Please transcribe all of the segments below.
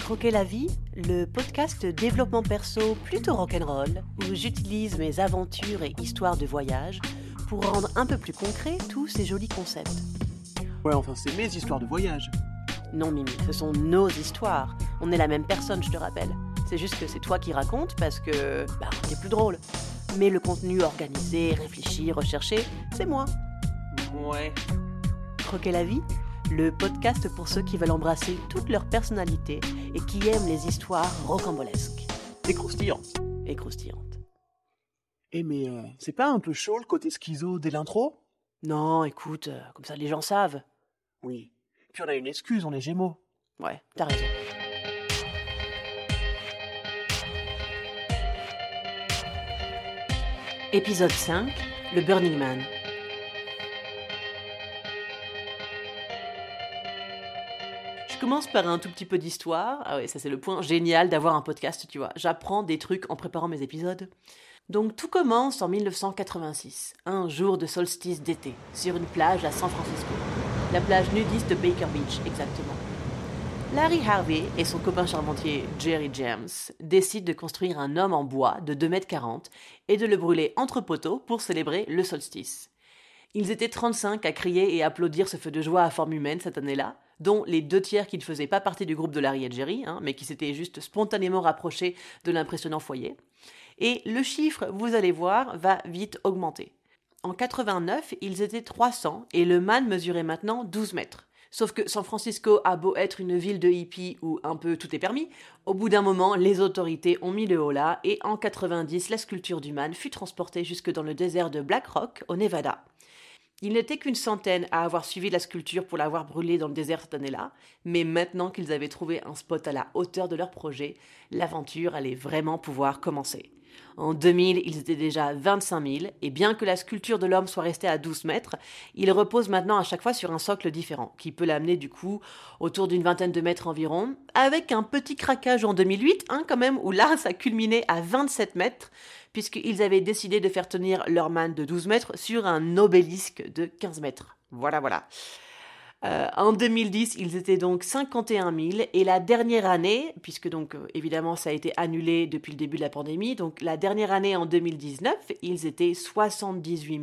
Croquer la vie, le podcast développement perso plutôt rock'n'roll, où j'utilise mes aventures et histoires de voyage pour rendre un peu plus concret tous ces jolis concepts. Ouais, enfin, c'est mes histoires de voyage. Non Mimi, ce sont nos histoires. On est la même personne, je te rappelle. C'est juste que c'est toi qui racontes parce que, t'es plus drôle. Mais le contenu organisé, réfléchi, recherché, c'est moi. Ouais. Croquer la vie, le podcast pour ceux qui veulent embrasser toute leur personnalité et qui aiment les histoires rocambolesques. Et croustillantes. Et croustillantes. Mais c'est pas un peu chaud le côté schizo dès l'intro ? Non, écoute, comme ça les gens savent. Oui. Puis on a une excuse, on est Gémeaux. Ouais, t'as raison. Épisode 5, le Burning Man. Je commence par un tout petit peu d'histoire. Ah ouais, ça c'est le point génial d'avoir un podcast, tu vois. J'apprends des trucs en préparant mes épisodes. Donc tout commence en 1986, un jour de solstice d'été, sur une plage à San Francisco. La plage nudiste de Baker Beach, exactement. Larry Harvey et son copain charmentier Jerry James décident de construire un homme en bois de 2,40 m et de le brûler entre poteaux pour célébrer le solstice. Ils étaient 35 à crier et applaudir ce feu de joie à forme humaine cette année-là, dont les 2/3 qui ne faisaient pas partie du groupe de Larry et Jerry, mais qui s'étaient juste spontanément rapprochés de l'impressionnant foyer. Et le chiffre, vous allez voir, va vite augmenter. En 89, ils étaient 300 et le man mesurait maintenant 12 mètres. Sauf que San Francisco a beau être une ville de hippies où un peu tout est permis, au bout d'un moment, les autorités ont mis le holà et en 90, la sculpture du man fut transportée jusque dans le désert de Black Rock, au Nevada. Il n'était qu'une centaine à avoir suivi la sculpture pour l'avoir brûlée dans le désert cette année-là, mais maintenant qu'ils avaient trouvé un spot à la hauteur de leur projet, l'aventure allait vraiment pouvoir commencer. En 2000, ils étaient déjà 25 000, et bien que la sculpture de l'homme soit restée à 12 mètres, il repose maintenant à chaque fois sur un socle différent, qui peut l'amener du coup autour d'une vingtaine de mètres environ, avec un petit craquage en 2008, quand même, où là, ça culminait à 27 mètres, puisqu'ils avaient décidé de faire tenir leur man de 12 mètres sur un obélisque de 15 mètres. Voilà. En 2010, ils étaient donc 51 000 et la dernière année, puisque donc évidemment ça a été annulé depuis le début de la pandémie, donc la dernière année en 2019, ils étaient 78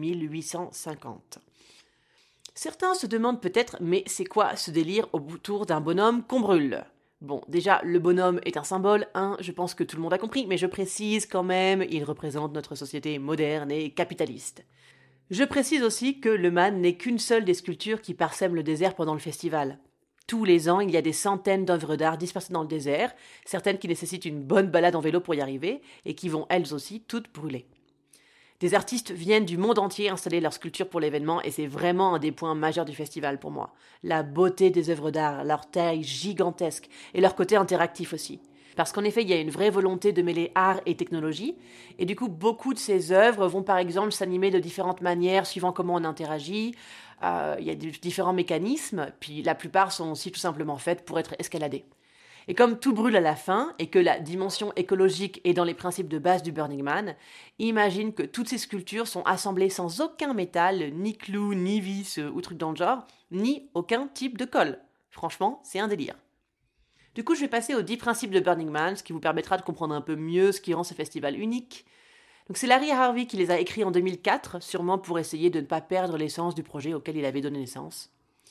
850. Certains se demandent peut-être, mais c'est quoi ce délire autour d'un bonhomme qu'on brûle ? Bon, déjà, le bonhomme est un symbole, je pense que tout le monde a compris, mais je précise quand même, il représente notre société moderne et capitaliste. Je précise aussi que le man n'est qu'une seule des sculptures qui parsèment le désert pendant le festival. Tous les ans, il y a des centaines d'œuvres d'art dispersées dans le désert, certaines qui nécessitent une bonne balade en vélo pour y arriver, et qui vont elles aussi toutes brûler. Des artistes viennent du monde entier installer leurs sculptures pour l'événement, et c'est vraiment un des points majeurs du festival pour moi. La beauté des œuvres d'art, leur taille gigantesque, et leur côté interactif aussi. Parce qu'en effet, il y a une vraie volonté de mêler art et technologie, et du coup, beaucoup de ces œuvres vont par exemple s'animer de différentes manières, suivant comment on interagit. Il y a différents mécanismes, puis la plupart sont aussi tout simplement faites pour être escaladées. Et comme tout brûle à la fin, et que la dimension écologique est dans les principes de base du Burning Man, imagine que toutes ces sculptures sont assemblées sans aucun métal, ni clous, ni vis ou trucs dans le genre, ni aucun type de colle. Franchement, c'est un délire. Du coup, je vais passer aux 10 principes de Burning Man, ce qui vous permettra de comprendre un peu mieux ce qui rend ce festival unique. Donc c'est Larry Harvey qui les a écrits en 2004, sûrement pour essayer de ne pas perdre l'essence du projet auquel il avait donné naissance.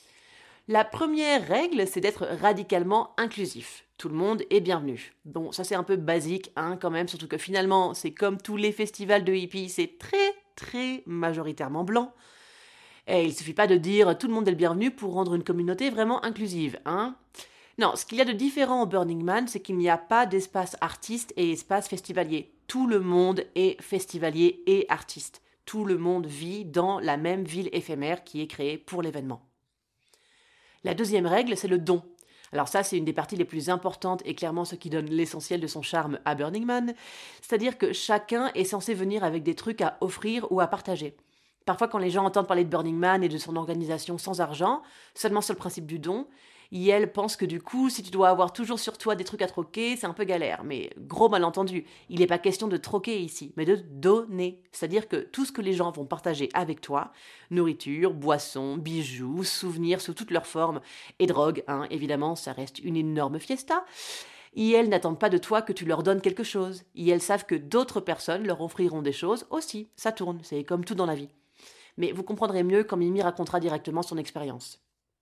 La première règle, c'est d'être radicalement inclusif. Tout le monde est bienvenu. Bon, ça c'est un peu basique, quand même, surtout que finalement, c'est comme tous les festivals de hippies, c'est très majoritairement blanc. Et il suffit pas de dire tout le monde est le bienvenu pour rendre une communauté vraiment inclusive, Non, ce qu'il y a de différent au Burning Man, c'est qu'il n'y a pas d'espace artiste et espace festivalier. Tout le monde est festivalier et artiste. Tout le monde vit dans la même ville éphémère qui est créée pour l'événement. La deuxième règle, c'est le don. Alors ça, c'est une des parties les plus importantes et clairement ce qui donne l'essentiel de son charme à Burning Man. C'est-à-dire que chacun est censé venir avec des trucs à offrir ou à partager. Parfois, quand les gens entendent parler de Burning Man et de son organisation sans argent, seulement sur le principe du don, ils pensent que du coup, si tu dois avoir toujours sur toi des trucs à troquer, c'est un peu galère. Mais gros malentendu, il n'est pas question de troquer ici, mais de donner. C'est-à-dire que tout ce que les gens vont partager avec toi, nourriture, boissons, bijoux, souvenirs sous toutes leurs formes, et drogue, évidemment, ça reste une énorme fiesta, Et elles n'attendent pas de toi que tu leur donnes quelque chose. Et elles savent que d'autres personnes leur offriront des choses aussi. Ça tourne, c'est comme tout dans la vie. Mais vous comprendrez mieux quand Mimi racontera directement son expérience.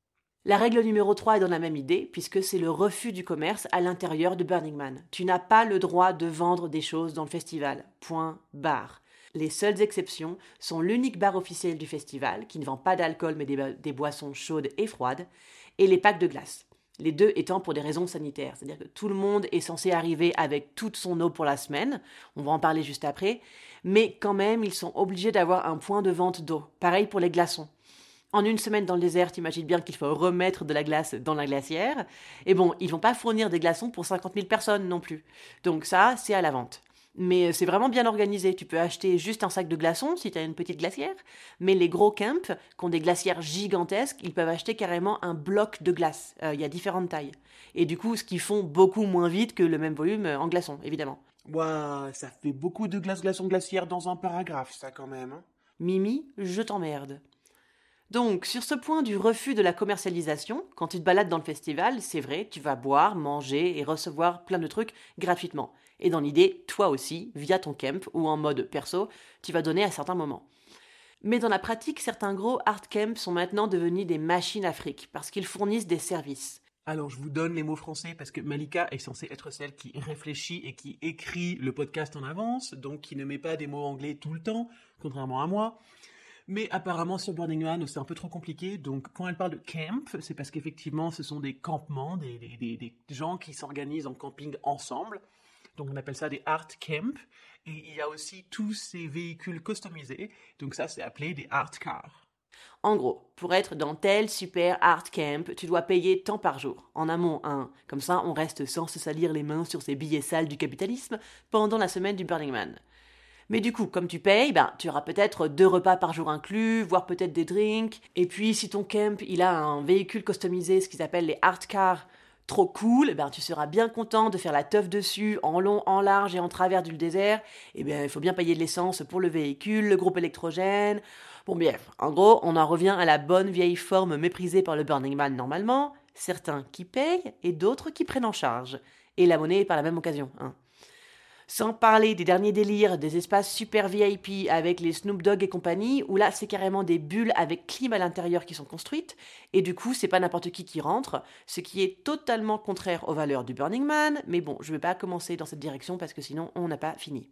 La règle numéro 3 est dans la même idée, puisque c'est le refus du commerce à l'intérieur de Burning Man. Tu n'as pas le droit de vendre des choses dans le festival. Point barre. Les seules exceptions sont l'unique bar officiel du festival, qui ne vend pas d'alcool mais des boissons chaudes et froides, et les packs de glace. Les deux étant pour des raisons sanitaires. C'est-à-dire que tout le monde est censé arriver avec toute son eau pour la semaine, on va en parler juste après, mais quand même ils sont obligés d'avoir un point de vente d'eau. Pareil pour les glaçons. En une semaine dans le désert, t'imagines bien qu'il faut remettre de la glace dans la glacière. Et bon, ils vont pas fournir des glaçons pour 50 000 personnes non plus. Donc ça, c'est à la vente. Mais c'est vraiment bien organisé. Tu peux acheter juste un sac de glaçons si tu as une petite glacière. Mais les gros camps, qui ont des glacières gigantesques, ils peuvent acheter carrément un bloc de glace. Il y a différentes tailles. Et du coup, ce qu'ils font beaucoup moins vite que le même volume en glaçons, évidemment. Ouah, ça fait beaucoup de glaçons glaciaires dans un paragraphe, ça quand même. Hein. Mimi, je t'emmerde. Donc, sur ce point du refus de la commercialisation, quand tu te balades dans le festival, c'est vrai, tu vas boire, manger et recevoir plein de trucs gratuitement. Et dans l'idée, toi aussi, via ton camp ou en mode perso, tu vas donner à certains moments. Mais dans la pratique, certains gros art camps sont maintenant devenus des machines à fric, parce qu'ils fournissent des services. Alors, je vous donne les mots français parce que Malika est censée être celle qui réfléchit et qui écrit le podcast en avance, donc qui ne met pas des mots anglais tout le temps, contrairement à moi. Mais apparemment, sur Burning Man, c'est un peu trop compliqué. Donc, quand elle parle de camp, c'est parce qu'effectivement, ce sont des campements, des gens qui s'organisent en camping ensemble. Donc, on appelle ça des art camps. Et il y a aussi tous ces véhicules customisés. Donc, ça, c'est appelé des art cars. En gros, pour être dans tel super art camp, tu dois payer tant par jour. En amont, hein. Comme ça, on reste sans se salir les mains sur ces billets sales du capitalisme pendant la semaine du Burning Man. Mais du coup, comme tu payes, tu auras peut-être 2 repas par jour inclus, voire peut-être des drinks. Et puis, si ton camp, il a un véhicule customisé, ce qu'ils appellent les art cars, trop cool, tu seras bien content de faire la teuf dessus, en long, en large et en travers du désert. Et bien, il faut bien payer de l'essence pour le véhicule, le groupe électrogène. Bon, bref, en gros, on en revient à la bonne vieille forme méprisée par le Burning Man normalement. Certains qui payent et d'autres qui prennent en charge. Et la monnaie par la même occasion, hein. Sans parler des derniers délires des espaces super VIP avec les Snoop Dogg et compagnie, où là c'est carrément des bulles avec clim à l'intérieur qui sont construites, et du coup c'est pas n'importe qui rentre, ce qui est totalement contraire aux valeurs du Burning Man, mais bon, je vais pas commencer dans cette direction parce que sinon on n'a pas fini.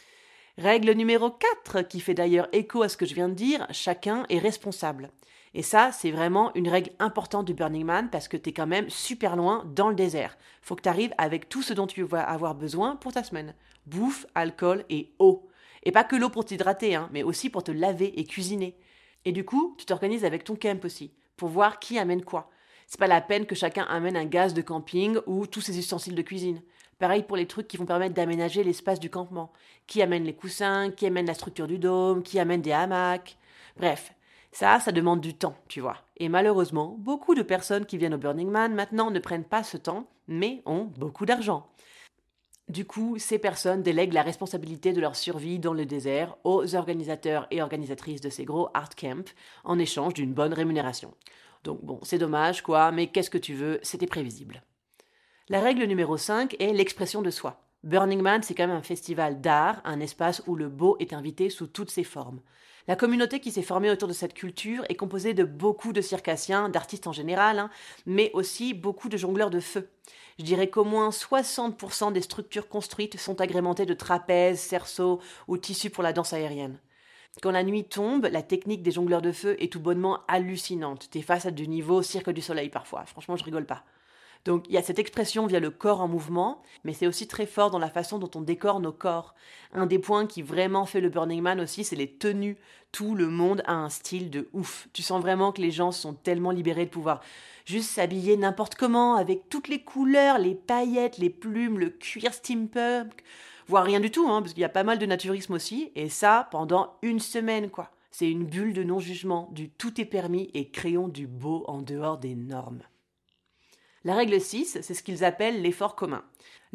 Règle numéro 4, qui fait d'ailleurs écho à ce que je viens de dire, chacun est responsable. Et ça, c'est vraiment une règle importante du Burning Man parce que t'es quand même super loin dans le désert. Faut que t'arrives avec tout ce dont tu vas avoir besoin pour ta semaine. Bouffe, alcool et eau. Et pas que l'eau pour t'hydrater, hein, mais aussi pour te laver et cuisiner. Et du coup, tu t'organises avec ton camp aussi, pour voir qui amène quoi. C'est pas la peine que chacun amène un gaz de camping ou tous ses ustensiles de cuisine. Pareil pour les trucs qui vont permettre d'aménager l'espace du campement. Qui amène les coussins, qui amène la structure du dôme, qui amène des hamacs. Bref, ça demande du temps, tu vois. Et malheureusement, beaucoup de personnes qui viennent au Burning Man maintenant ne prennent pas ce temps, mais ont beaucoup d'argent. Du coup, ces personnes délèguent la responsabilité de leur survie dans le désert aux organisateurs et organisatrices de ces gros art camps en échange d'une bonne rémunération. Donc bon, c'est dommage quoi, mais qu'est-ce que tu veux, c'était prévisible. La règle numéro 5 est l'expression de soi. Burning Man, c'est quand même un festival d'art, un espace où le beau est invité sous toutes ses formes. La communauté qui s'est formée autour de cette culture est composée de beaucoup de circassiens, d'artistes en général, mais aussi beaucoup de jongleurs de feu. Je dirais qu'au moins 60% des structures construites sont agrémentées de trapèzes, cerceaux ou tissus pour la danse aérienne. Quand la nuit tombe, la technique des jongleurs de feu est tout bonnement hallucinante. T'es face à du niveau Cirque du Soleil parfois, franchement je rigole pas. Donc il y a cette expression via le corps en mouvement, mais c'est aussi très fort dans la façon dont on décore nos corps. Un des points qui vraiment fait le Burning Man aussi, c'est les tenues. Tout le monde a un style de ouf. Tu sens vraiment que les gens sont tellement libérés de pouvoir juste s'habiller n'importe comment, avec toutes les couleurs, les paillettes, les plumes, le cuir steampunk, voire rien du tout, parce qu'il y a pas mal de naturisme aussi, et ça pendant une semaine, quoi. C'est une bulle de non-jugement, du tout est permis et créons du beau en dehors des normes. La règle 6, c'est ce qu'ils appellent l'effort commun.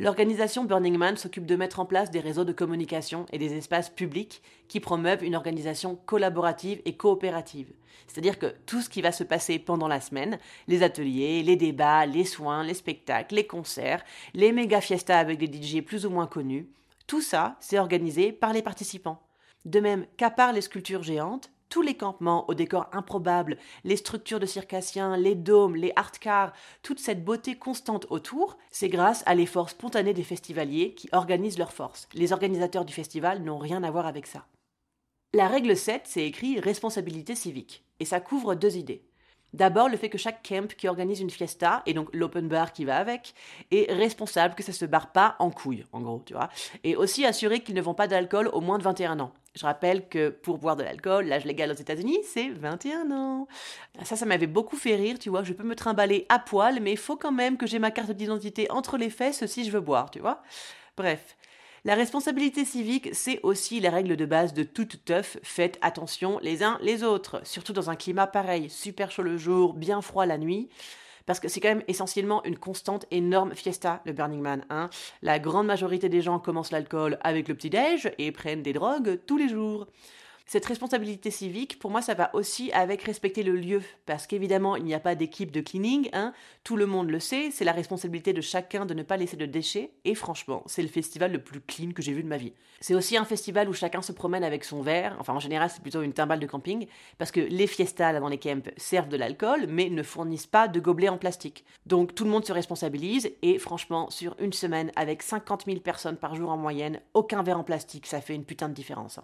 L'organisation Burning Man s'occupe de mettre en place des réseaux de communication et des espaces publics qui promeuvent une organisation collaborative et coopérative. C'est-à-dire que tout ce qui va se passer pendant la semaine, les ateliers, les débats, les soins, les spectacles, les concerts, les méga fiestas avec des DJ plus ou moins connus, tout ça, c'est organisé par les participants. De même qu'à part les sculptures géantes, tous les campements aux décors improbables, les structures de circassiens, les dômes, les art cars, toute cette beauté constante autour, c'est grâce à l'effort spontané des festivaliers qui organisent leurs forces. Les organisateurs du festival n'ont rien à voir avec ça. La règle 7, c'est écrit responsabilité civique, et ça couvre 2 idées. D'abord, le fait que chaque camp qui organise une fiesta, et donc l'open bar qui va avec, est responsable que ça se barre pas en couille, en gros, tu vois. Et aussi assurer qu'ils ne vendent pas d'alcool au moins de 21 ans. Je rappelle que pour boire de l'alcool, l'âge légal aux États-Unis, c'est 21 ans. Ça m'avait beaucoup fait rire, tu vois. Je peux me trimballer à poil, mais il faut quand même que j'ai ma carte d'identité entre les fesses si je veux boire, tu vois. Bref. La responsabilité civique, c'est aussi la règle de base de toute teuf. Faites attention les uns les autres, surtout dans un climat pareil, super chaud le jour, bien froid la nuit. Parce que c'est quand même essentiellement une constante énorme fiesta, le Burning Man. La grande majorité des gens commencent l'alcool avec le petit-déj et prennent des drogues tous les jours. Cette responsabilité civique, pour moi, ça va aussi avec respecter le lieu, parce qu'évidemment, il n'y a pas d'équipe de cleaning, tout le monde le sait, c'est la responsabilité de chacun de ne pas laisser de déchets, et franchement, c'est le festival le plus clean que j'ai vu de ma vie. C'est aussi un festival où chacun se promène avec son verre, enfin en général c'est plutôt une timbale de camping, parce que les fiestas là dans les camps servent de l'alcool, mais ne fournissent pas de gobelets en plastique. Donc tout le monde se responsabilise, et franchement, sur une semaine, avec 50 000 personnes par jour en moyenne, aucun verre en plastique, ça fait une putain de différence.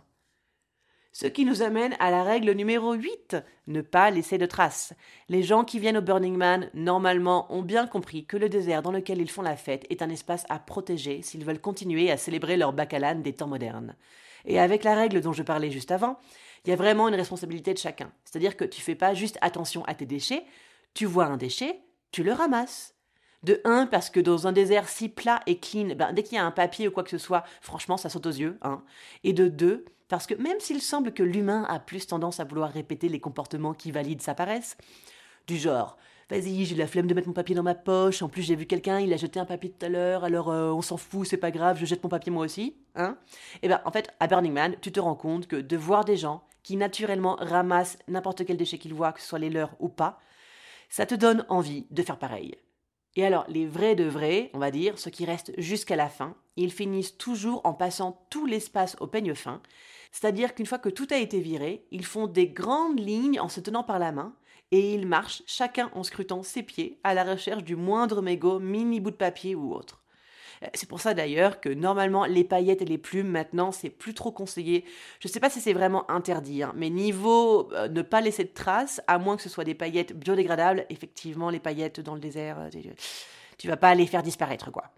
Ce qui nous amène à la règle numéro 8, ne pas laisser de traces. Les gens qui viennent au Burning Man, normalement, ont bien compris que le désert dans lequel ils font la fête est un espace à protéger s'ils veulent continuer à célébrer leur baccalane des temps modernes. Et avec la règle dont je parlais juste avant, il y a vraiment une responsabilité de chacun. C'est-à-dire que tu fais pas juste attention à tes déchets, tu vois un déchet, tu le ramasses. De un, parce que dans un désert si plat et clean, dès qu'il y a un papier ou quoi que ce soit, franchement, ça saute aux yeux. Et de deux, parce que même s'il semble que l'humain a plus tendance à vouloir répéter les comportements qui valident sa paresse, du genre, vas-y, j'ai la flemme de mettre mon papier dans ma poche, en plus j'ai vu quelqu'un, il a jeté un papier tout à l'heure, alors on s'en fout, c'est pas grave, je jette mon papier moi aussi, Et en fait, à Burning Man, tu te rends compte que de voir des gens qui naturellement ramassent n'importe quel déchet qu'ils voient, que ce soit les leurs ou pas, ça te donne envie de faire pareil. Et alors, les vrais de vrais, on va dire, ceux qui restent jusqu'à la fin, ils finissent toujours en passant tout l'espace au peigne fin, c'est-à-dire qu'une fois que tout a été viré, ils font des grandes lignes en se tenant par la main, et ils marchent chacun en scrutant ses pieds à la recherche du moindre mégot, mini bout de papier ou autre. C'est pour ça d'ailleurs que normalement les paillettes et les plumes maintenant c'est plus trop conseillé. Je sais pas si c'est vraiment interdit, mais niveau ne pas laisser de traces, à moins que ce soit des paillettes biodégradables, effectivement les paillettes dans le désert, tu vas pas les faire disparaître quoi.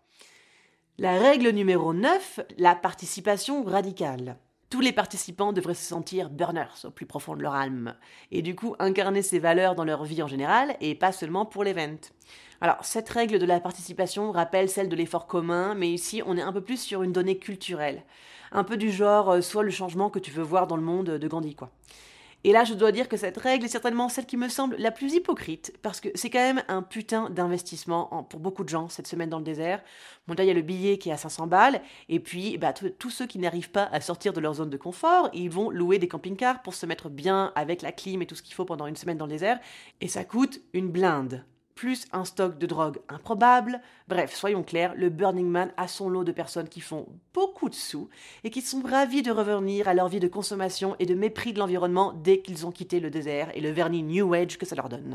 La règle numéro 9, la participation radicale. Tous les participants devraient se sentir burners au plus profond de leur âme, et du coup incarner ces valeurs dans leur vie en général, et pas seulement pour l'event. Alors, cette règle de la participation rappelle celle de l'effort commun, mais ici on est un peu plus sur une donnée culturelle. Un peu du genre, soit le changement que tu veux voir dans le monde de Gandhi, quoi. Et là, je dois dire que cette règle est certainement celle qui me semble la plus hypocrite, parce que c'est quand même un putain d'investissement pour beaucoup de gens cette semaine dans le désert. Bon, là, il y a le billet qui est à 500 balles, et puis tous ceux qui n'arrivent pas à sortir de leur zone de confort, ils vont louer des camping-cars pour se mettre bien avec la clim et tout ce qu'il faut pendant une semaine dans le désert, et ça coûte une blinde. Plus un stock de drogue improbable. Bref, soyons clairs, le Burning Man a son lot de personnes qui font beaucoup de sous et qui sont ravis de revenir à leur vie de consommation et de mépris de l'environnement dès qu'ils ont quitté le désert et le vernis New Age que ça leur donne.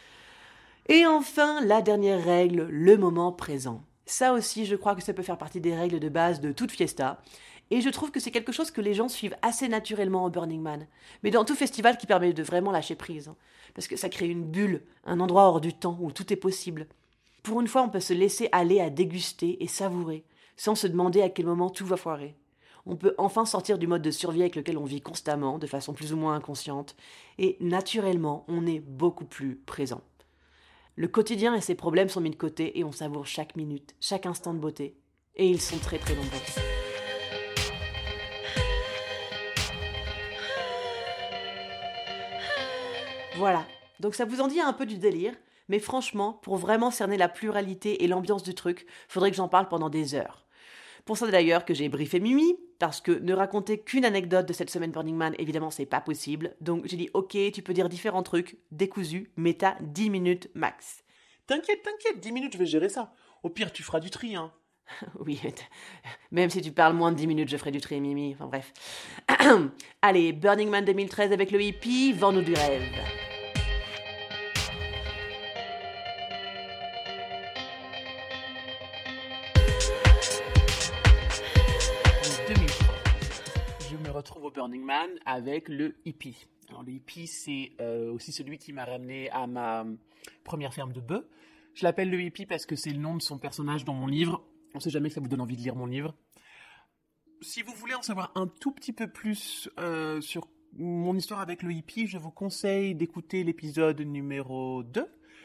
Et enfin, la dernière règle, le moment présent. Ça aussi, je crois que ça peut faire partie des règles de base de toute fiesta. Et je trouve que c'est quelque chose que les gens suivent assez naturellement au Burning Man. Mais dans tout festival qui permet de vraiment lâcher prise. Parce que ça crée une bulle, un endroit hors du temps où tout est possible. Pour une fois, on peut se laisser aller à déguster et savourer, sans se demander à quel moment tout va foirer. On peut enfin sortir du mode de survie avec lequel on vit constamment, de façon plus ou moins inconsciente. Et naturellement, on est beaucoup plus présent. Le quotidien et ses problèmes sont mis de côté et on savoure chaque minute, chaque instant de beauté. Et ils sont très très nombreux. Voilà, donc ça vous en dit un peu du délire, Mais franchement, pour vraiment cerner la pluralité et l'ambiance du truc, faudrait que j'en parle pendant des heures. Pour ça d'ailleurs que j'ai briefé Mimi, parce que ne raconter qu'une anecdote de cette semaine Burning Man, évidemment, c'est pas possible. Donc j'ai dit, ok, tu peux dire différents trucs, décousus, mais t'as 10 minutes max. T'inquiète, 10 minutes, je vais gérer ça. Au pire, tu feras du tri, hein. Oui, même si tu parles moins de 10 minutes, je ferai du tri, Mimi. Enfin bref. Allez, Burning Man 2013 avec le hippie, vends-nous du rêve. Je me retrouve au Burning Man avec le hippie. Alors le hippie, c'est aussi celui qui m'a ramené à ma première ferme de bœufs. Je l'appelle le hippie parce que c'est le nom de son personnage dans mon livre. On ne sait jamais que ça vous donne envie de lire mon livre. Si vous voulez en savoir un tout petit peu plus sur mon histoire avec le hippie, je vous conseille d'écouter l'épisode numéro 2,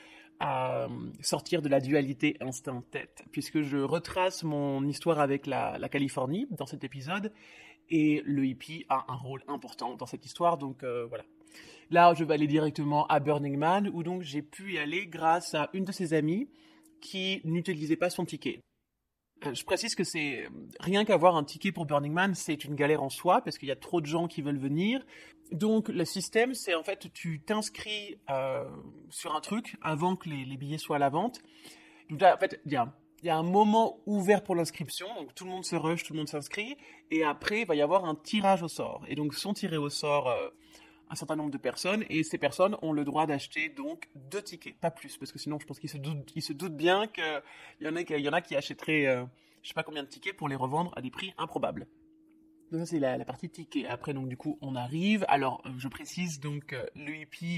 sortir de la dualité instinct-tête, puisque je retrace mon histoire avec la Californie dans cet épisode, et le hippie a un rôle important dans cette histoire, donc voilà. Là, je vais aller directement à Burning Man, où donc j'ai pu y aller grâce à une de ses amies qui n'utilisait pas son ticket. Je précise que c'est rien qu'avoir un ticket pour Burning Man, c'est une galère en soi parce qu'il y a trop de gens qui veulent venir. Donc le système, c'est en fait tu t'inscris sur un truc avant que les billets soient à la vente. Donc là, en fait, il y a un moment ouvert pour l'inscription, donc tout le monde se rush, tout le monde s'inscrit, et après il va y avoir un tirage au sort. Et donc sont tirés au sort un certain nombre de personnes, et ces personnes ont le droit d'acheter donc 2 tickets, pas plus, parce que sinon je pense qu'ils se doutent bien qu'il y en a qui achèteraient je sais pas combien de tickets pour les revendre à des prix improbables. Donc ça c'est la partie ticket. Après donc du coup on arrive, alors je précise donc le hippie,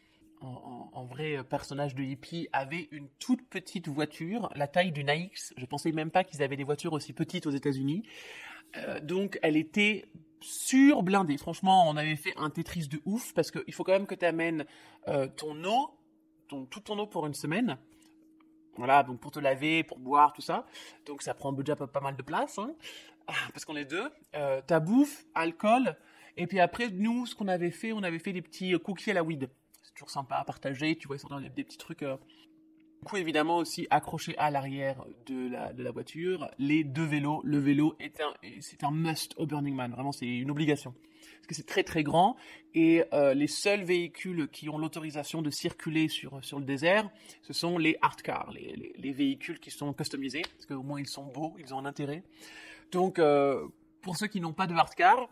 en vrai personnage de hippie, avait une toute petite voiture, la taille d'une AX, je pensais même pas qu'ils avaient des voitures aussi petites aux États-Unis. Donc elle était surblindée. Franchement, on avait fait un Tetris de ouf parce qu'il faut quand même que tu amènes toute ton eau pour une semaine. Voilà, donc pour te laver, pour boire, tout ça. Donc ça prend déjà pas mal de place, hein, parce qu'on est 2. Ta bouffe, alcool, et puis après, nous, ce qu'on avait fait, on avait fait des petits cookies à la weed. C'est toujours sympa à partager, tu vois, ils sont dans des petits trucs. Du coup, évidemment, aussi accroché à l'arrière de la voiture, les 2 vélos. Le vélo c'est un must au Burning Man, vraiment, c'est une obligation. Parce que c'est très très grand, et les seuls véhicules qui ont l'autorisation de circuler sur le désert, ce sont les art cars, les véhicules qui sont customisés, parce qu'au moins ils sont beaux, ils ont un intérêt. Donc, pour ceux qui n'ont pas de art car,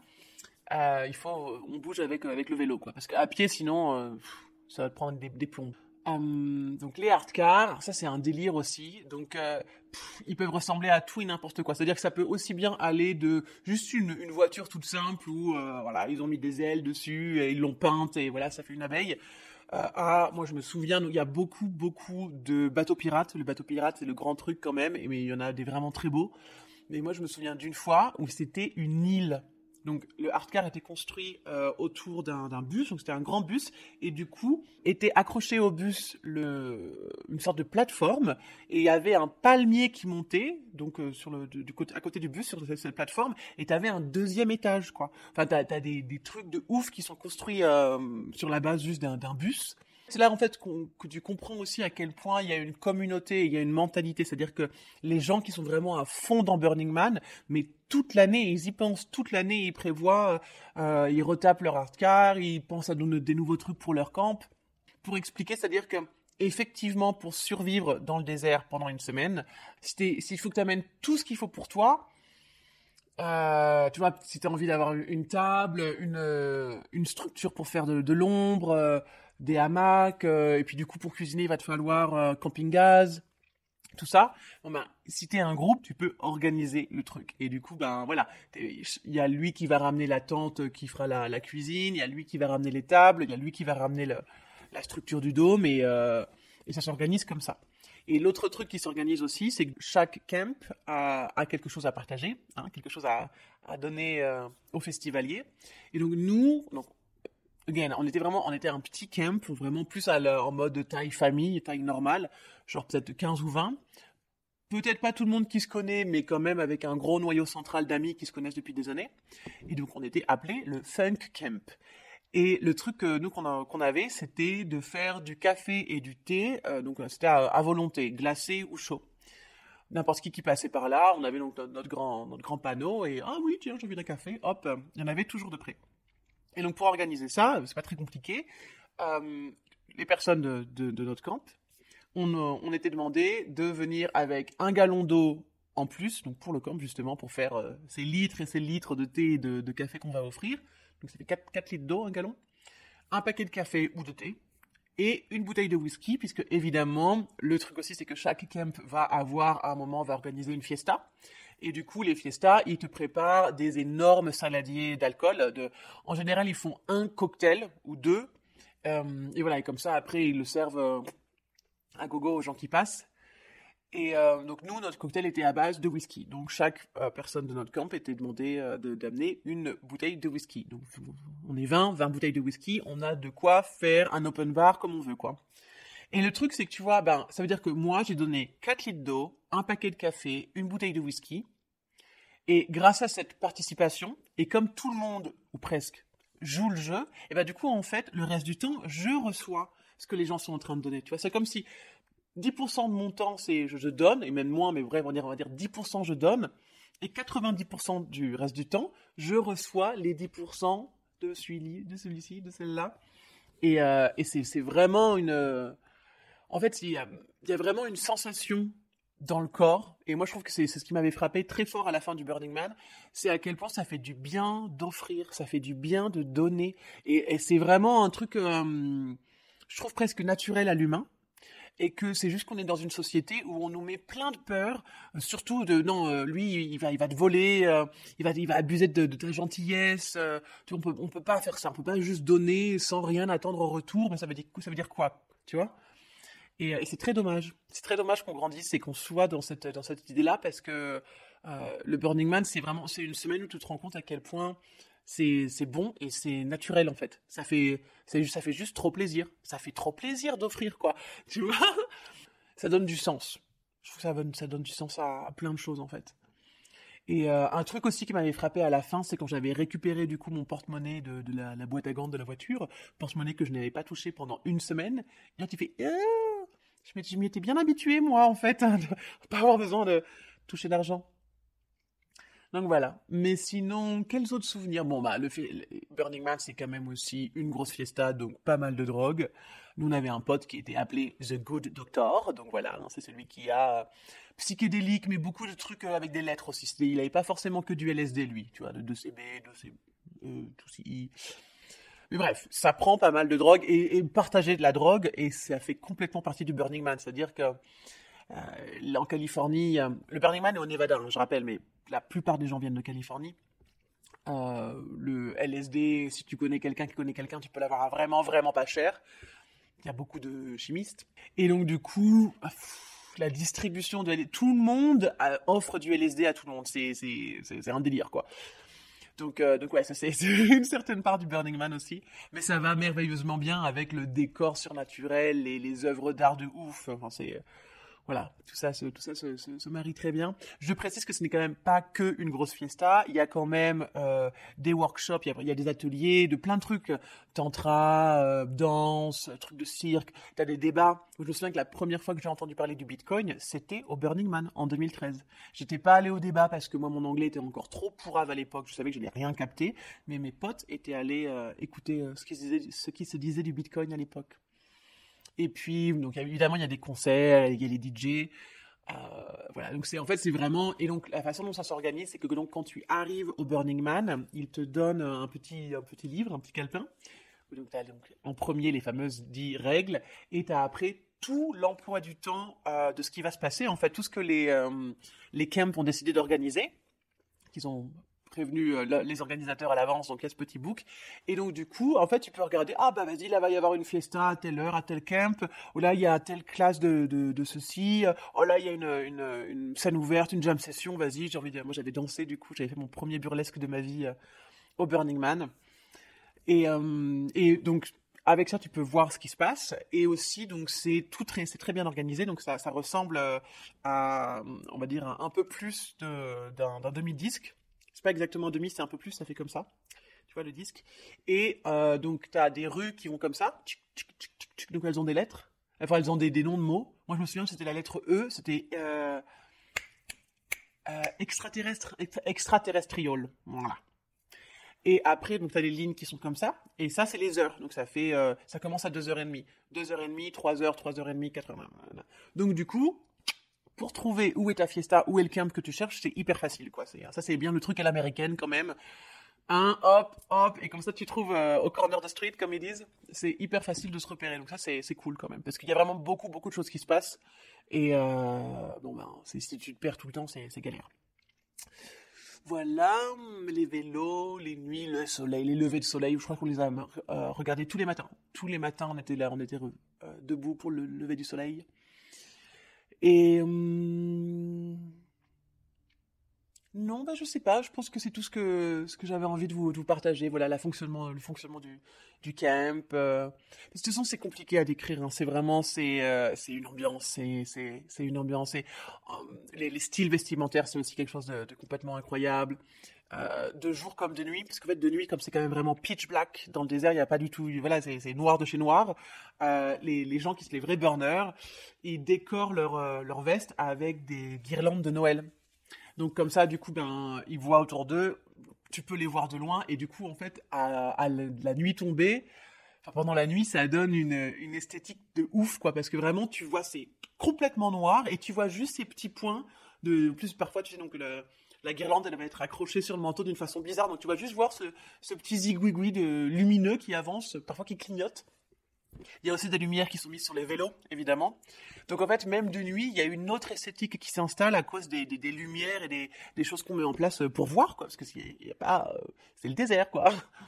on bouge avec le vélo, quoi, parce qu'à pied, sinon, ça va te prendre des plombs. Donc les art cars, ça c'est un délire aussi. Donc ils peuvent ressembler à tout et n'importe quoi. C'est-à-dire que ça peut aussi bien aller de juste une voiture toute simple où voilà, ils ont mis des ailes dessus et ils l'ont peinte et voilà, ça fait une abeille. Moi je me souviens, il y a beaucoup de bateaux pirates. Le bateau pirate c'est le grand truc quand même, mais il y en a des vraiment très beaux. Mais moi je me souviens d'une fois où c'était une île. Donc le art car était construit autour d'un bus, donc c'était un grand bus, et du coup était accroché au bus une sorte de plateforme, et il y avait un palmier qui montait, donc à côté du bus sur cette plateforme, et t'avais un 2e étage, quoi. Enfin t'as des trucs de ouf qui sont construits sur la base juste d'un bus. C'est là en fait que tu comprends aussi à quel point il y a une communauté, il y a une mentalité, c'est-à-dire que les gens qui sont vraiment à fond dans Burning Man, mais toute l'année, ils y pensent toute l'année, ils prévoient, ils retapent leur art car, ils pensent à donner des nouveaux trucs pour leur camp. Pour expliquer, c'est-à-dire que effectivement, pour survivre dans le désert pendant une semaine, s'il faut que tu amènes tout ce qu'il faut pour toi, tu vois, si tu as envie d'avoir une table, une structure pour faire de l'ombre, des hamacs, et puis du coup pour cuisiner il va te falloir camping gaz, tout ça. Bon ben si t'es un groupe, tu peux organiser le truc. Et du coup ben voilà, il y a lui qui va ramener la tente qui fera la cuisine, il y a lui qui va ramener les tables, il y a lui qui va ramener la structure du dôme, et ça s'organise comme ça. Et l'autre truc qui s'organise aussi, c'est que chaque camp a quelque chose à partager, hein, quelque chose à donner aux festivaliers. Et donc nous, again, on était un petit camp, vraiment plus en mode taille famille, taille normale, genre peut-être 15 ou 20. Peut-être pas tout le monde qui se connaît, mais quand même avec un gros noyau central d'amis qui se connaissent depuis des années. Et donc on était appelé le Funk Camp. Et le truc que nous qu'on avait, c'était de faire du café et du thé, donc c'était à volonté, glacé ou chaud. N'importe qui passait par là, on avait donc notre grand panneau, et ah oui, tiens, j'ai envie d'un café, hop, il y en avait toujours de près. Et donc pour organiser ça, c'est pas très compliqué, les personnes de notre camp, on était demandé de venir avec un gallon d'eau en plus, donc pour le camp justement, pour faire ces litres et ces litres de thé et de café qu'on va offrir. Donc ça fait 4 litres d'eau, un gallon, un paquet de café ou de thé, et une bouteille de whisky, puisque évidemment, le truc aussi, c'est que chaque camp va avoir, à un moment, va organiser une fiesta. Et du coup, les fiestas, ils te préparent des énormes saladiers d'alcool. En général, ils font un cocktail ou deux. Et voilà, et comme ça, après, ils le servent à gogo aux gens qui passent. Et donc nous, notre cocktail était à base de whisky. Donc chaque personne de notre camp était demandée d'amener une bouteille de whisky. Donc on est 20 bouteilles de whisky, on a de quoi faire un open bar comme on veut, quoi. Et le truc, c'est que tu vois, ça veut dire que moi, j'ai donné 4 litres d'eau, un paquet de café, une bouteille de whisky. Et grâce à cette participation, et comme tout le monde, ou presque, joue le jeu, et du coup, en fait, le reste du temps, je reçois ce que les gens sont en train de donner. Tu vois, c'est comme si 10% de mon temps, c'est je donne, et même moins, mais bref, on va dire 10% je donne, et 90% du reste du temps, je reçois les 10% de celui-ci, de celle-là. Et c'est vraiment une... En fait, il y a vraiment une sensation dans le corps, et moi je trouve que c'est ce qui m'avait frappé très fort à la fin du Burning Man, c'est à quel point ça fait du bien d'offrir, ça fait du bien de donner, et c'est vraiment un truc, je trouve presque naturel à l'humain, et que c'est juste qu'on est dans une société où on nous met plein de peurs, surtout de non, lui il va te voler, il va abuser de ta gentillesse, on peut pas faire ça, on peut pas juste donner sans rien attendre en retour, mais ça veut dire quoi, tu vois? Et c'est très dommage. C'est très dommage qu'on grandisse et qu'on soit dans cette idée-là, parce que le Burning Man, c'est une semaine où tu te rends compte à quel point c'est bon et c'est naturel, en fait. Ça fait juste trop plaisir. Ça fait trop plaisir d'offrir, quoi. Tu vois? Ça donne du sens. Je trouve que ça donne du sens à plein de choses, en fait. Et un truc aussi qui m'avait frappé à la fin, c'est quand j'avais récupéré du coup mon porte-monnaie de la boîte à gants de la voiture, porte-monnaie que je n'avais pas touché pendant une semaine. Et là tu fais, je m'y étais bien habitué moi en fait, hein, de pas avoir besoin de toucher d'argent. Donc voilà. Mais sinon, quels autres souvenirs? Bon le Burning Man, c'est quand même aussi une grosse fiesta, donc pas mal de drogue. Nous on avait un pote qui était appelé The Good Doctor, donc voilà, hein, c'est celui qui a psychédélique, mais beaucoup de trucs avec des lettres aussi. Il n'avait pas forcément que du LSD, lui, tu vois, de 2CB, 2C, tout CI. Mais bref, ça prend pas mal de drogue, et partager de la drogue, et ça fait complètement partie du Burning Man. C'est-à-dire que en Californie, le Burning Man est au Nevada, hein, je rappelle, mais la plupart des gens viennent de Californie. Le LSD, si tu connais quelqu'un qui connaît quelqu'un, tu peux l'avoir à vraiment, vraiment pas cher. Il y a beaucoup de chimistes. Et donc, du coup, la distribution de LSD, tout le monde offre du LSD à tout le monde. C'est un délire, quoi. Donc ouais, ça c'est une certaine part du Burning Man aussi. Mais ça va merveilleusement bien avec le décor surnaturel, les œuvres d'art de ouf. Enfin, voilà, tout ça se marie très bien. Je précise que ce n'est quand même pas que une grosse fiesta. Il y a quand même des workshops, il y a des ateliers de plein de trucs. Tantra, danse, trucs de cirque. T'as des débats. Je me souviens que la première fois que j'ai entendu parler du Bitcoin, c'était au Burning Man en 2013. J'étais pas allé au débat parce que moi, mon anglais était encore trop pourrave à l'époque. Je savais que je n'allais rien capter. Mais mes potes étaient allés écouter ce qui se disait du Bitcoin à l'époque. Et puis, donc évidemment, il y a des concerts, il y a les DJ. Voilà, donc c'est vraiment. Et donc, la façon dont ça s'organise, c'est que donc, quand tu arrives au Burning Man, ils te donnent un petit livre, un petit calepin. Donc, tu as en premier les fameuses 10 règles, et tu as après tout l'emploi du temps de ce qui va se passer, en fait, tout ce que les camps ont décidé d'organiser, qu'ils ont prévenu les organisateurs à l'avance, donc il y a ce petit book, et donc du coup, en fait, tu peux regarder, vas-y, là va y avoir une fiesta à telle heure, à tel camp, ou là il y a telle classe de ceci, oh là il y a une scène ouverte, une jam session, vas-y, moi j'avais dansé, du coup, j'avais fait mon premier burlesque de ma vie au Burning Man, et donc, avec ça, tu peux voir ce qui se passe, et aussi, donc, c'est très bien organisé, donc ça ressemble à, on va dire, un peu plus d'un demi-disque. C'est pas exactement un demi, c'est un peu plus, ça fait comme ça. tu vois le disque. Et donc tu as des rues qui vont comme ça, donc elles ont des lettres, enfin elles ont des noms de mots. Moi je me souviens que c'était la lettre E, c'était extraterrestrial, voilà. Et après, donc, tu as les lignes qui sont comme ça, et ça, c'est les heures. Donc, ça fait, ça commence à 2h30. 2h30, 3h, 3h30, 4h. Donc, du coup, pour trouver où est ta fiesta, où est le camp que tu cherches, c'est hyper facile, quoi. Ça, c'est bien le truc à l'américaine, quand même. Hop, et comme ça, tu trouves au corner de street, comme ils disent. C'est hyper facile de se repérer. Donc, ça, c'est cool, quand même. Parce qu'il y a vraiment beaucoup de choses qui se passent. Et, bon, ben, si tu te perds tout le temps, c'est galère. Voilà, les vélos, les nuits, le soleil, les levées de soleil, je crois qu'on les a regardés tous les matins. Tous les matins, on était là, on était debout pour le lever du soleil. Et non, bah je sais pas, je pense que c'est tout ce que j'avais envie de vous partager. Voilà, le fonctionnement du camp. Parce que de toute façon, c'est compliqué à décrire. Hein. C'est vraiment, c'est une ambiance, c'est une ambiance. Et, les styles vestimentaires, c'est aussi quelque chose de complètement incroyable. De jour comme de nuit, parce qu'en fait de nuit, comme c'est quand même vraiment pitch black dans le désert, il y a pas du tout, voilà, c'est noir de chez noir. Les gens les vrais burners, ils décorent leur veste avec des guirlandes de Noël. Donc comme ça, du coup, ben, ils voient autour d'eux, tu peux les voir de loin, et du coup, en fait, à la nuit tombée, enfin, pendant la nuit, ça donne une esthétique de ouf, quoi, parce que vraiment, tu vois, c'est complètement noir, et tu vois juste ces petits points en plus, parfois, tu sais, donc, la guirlande, elle va être accrochée sur le manteau d'une façon bizarre, donc tu vas juste voir ce petit zigouigoui lumineux qui avance, parfois qui clignote. Il y a aussi des lumières qui sont mises sur les vélos, évidemment. Donc en fait, même de nuit, il y a une autre esthétique qui s'installe à cause des lumières et des choses qu'on met en place pour voir, quoi. Parce que y a pas, c'est le désert, quoi.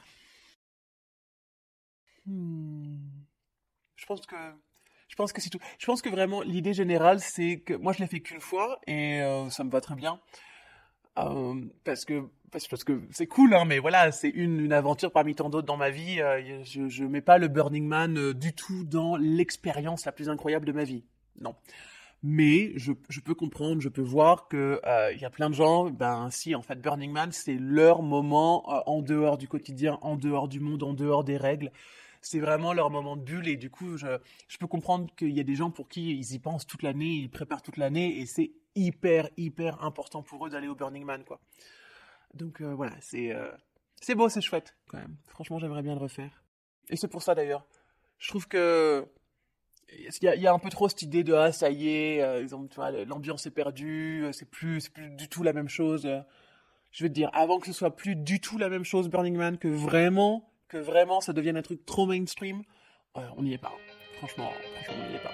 Je pense que c'est tout. Je pense que vraiment, l'idée générale, c'est que moi, je l'ai fait qu'une fois et ça me va très bien. Parce que c'est cool, hein, mais voilà, c'est une aventure parmi tant d'autres dans ma vie. Je mets pas le Burning Man du tout dans l'expérience la plus incroyable de ma vie. Non. Mais je peux comprendre, je peux voir que il y a plein de gens, ben si, en fait, Burning Man, c'est leur moment en dehors du quotidien, en dehors du monde, en dehors des règles. C'est vraiment leur moment de bulle et du coup, je peux comprendre qu'il y a des gens pour qui ils y pensent toute l'année, ils préparent toute l'année et c'est hyper important pour eux d'aller au Burning Man, quoi. Donc voilà, c'est beau, c'est chouette quand même. Franchement, j'aimerais bien le refaire. Et c'est pour ça d'ailleurs. Je trouve que il y a un peu trop cette idée de ça y est, tu vois, l'ambiance est perdue, c'est plus du tout la même chose. Je veux te dire, avant que ce soit plus du tout la même chose Burning Man, que vraiment ça devienne un truc trop mainstream, on n'y est pas. Franchement, on n'y est pas.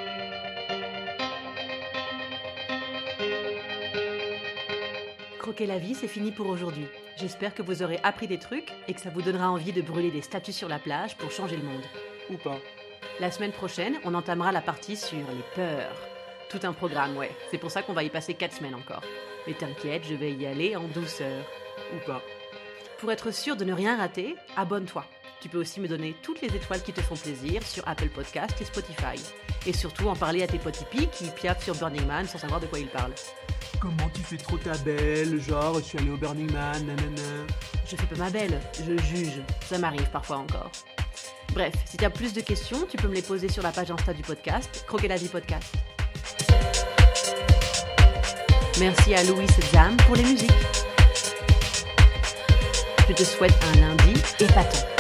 Croquer la vie, c'est fini pour aujourd'hui. J'espère que vous aurez appris des trucs et que ça vous donnera envie de brûler des statues sur la plage pour changer le monde. Ou pas. La semaine prochaine, on entamera la partie sur les peurs. Tout un programme, ouais. C'est pour ça qu'on va y passer 4 semaines encore. Mais t'inquiète, je vais y aller en douceur. Ou pas. Pour être sûr de ne rien rater, abonne-toi. Tu peux aussi me donner toutes les étoiles qui te font plaisir sur Apple Podcast et Spotify. Et surtout en parler à tes potes hippies qui piaffent sur Burning Man sans savoir de quoi ils parlent. Comment tu fais trop ta belle, genre je suis allé au Burning Man, nanana. Je fais pas ma belle, je juge. Ça m'arrive parfois encore. Bref, si tu as plus de questions, tu peux me les poser sur la page Insta du podcast, Croquer la vie podcast. Merci à Louis Zam pour les musiques. Je te souhaite un lundi épatant.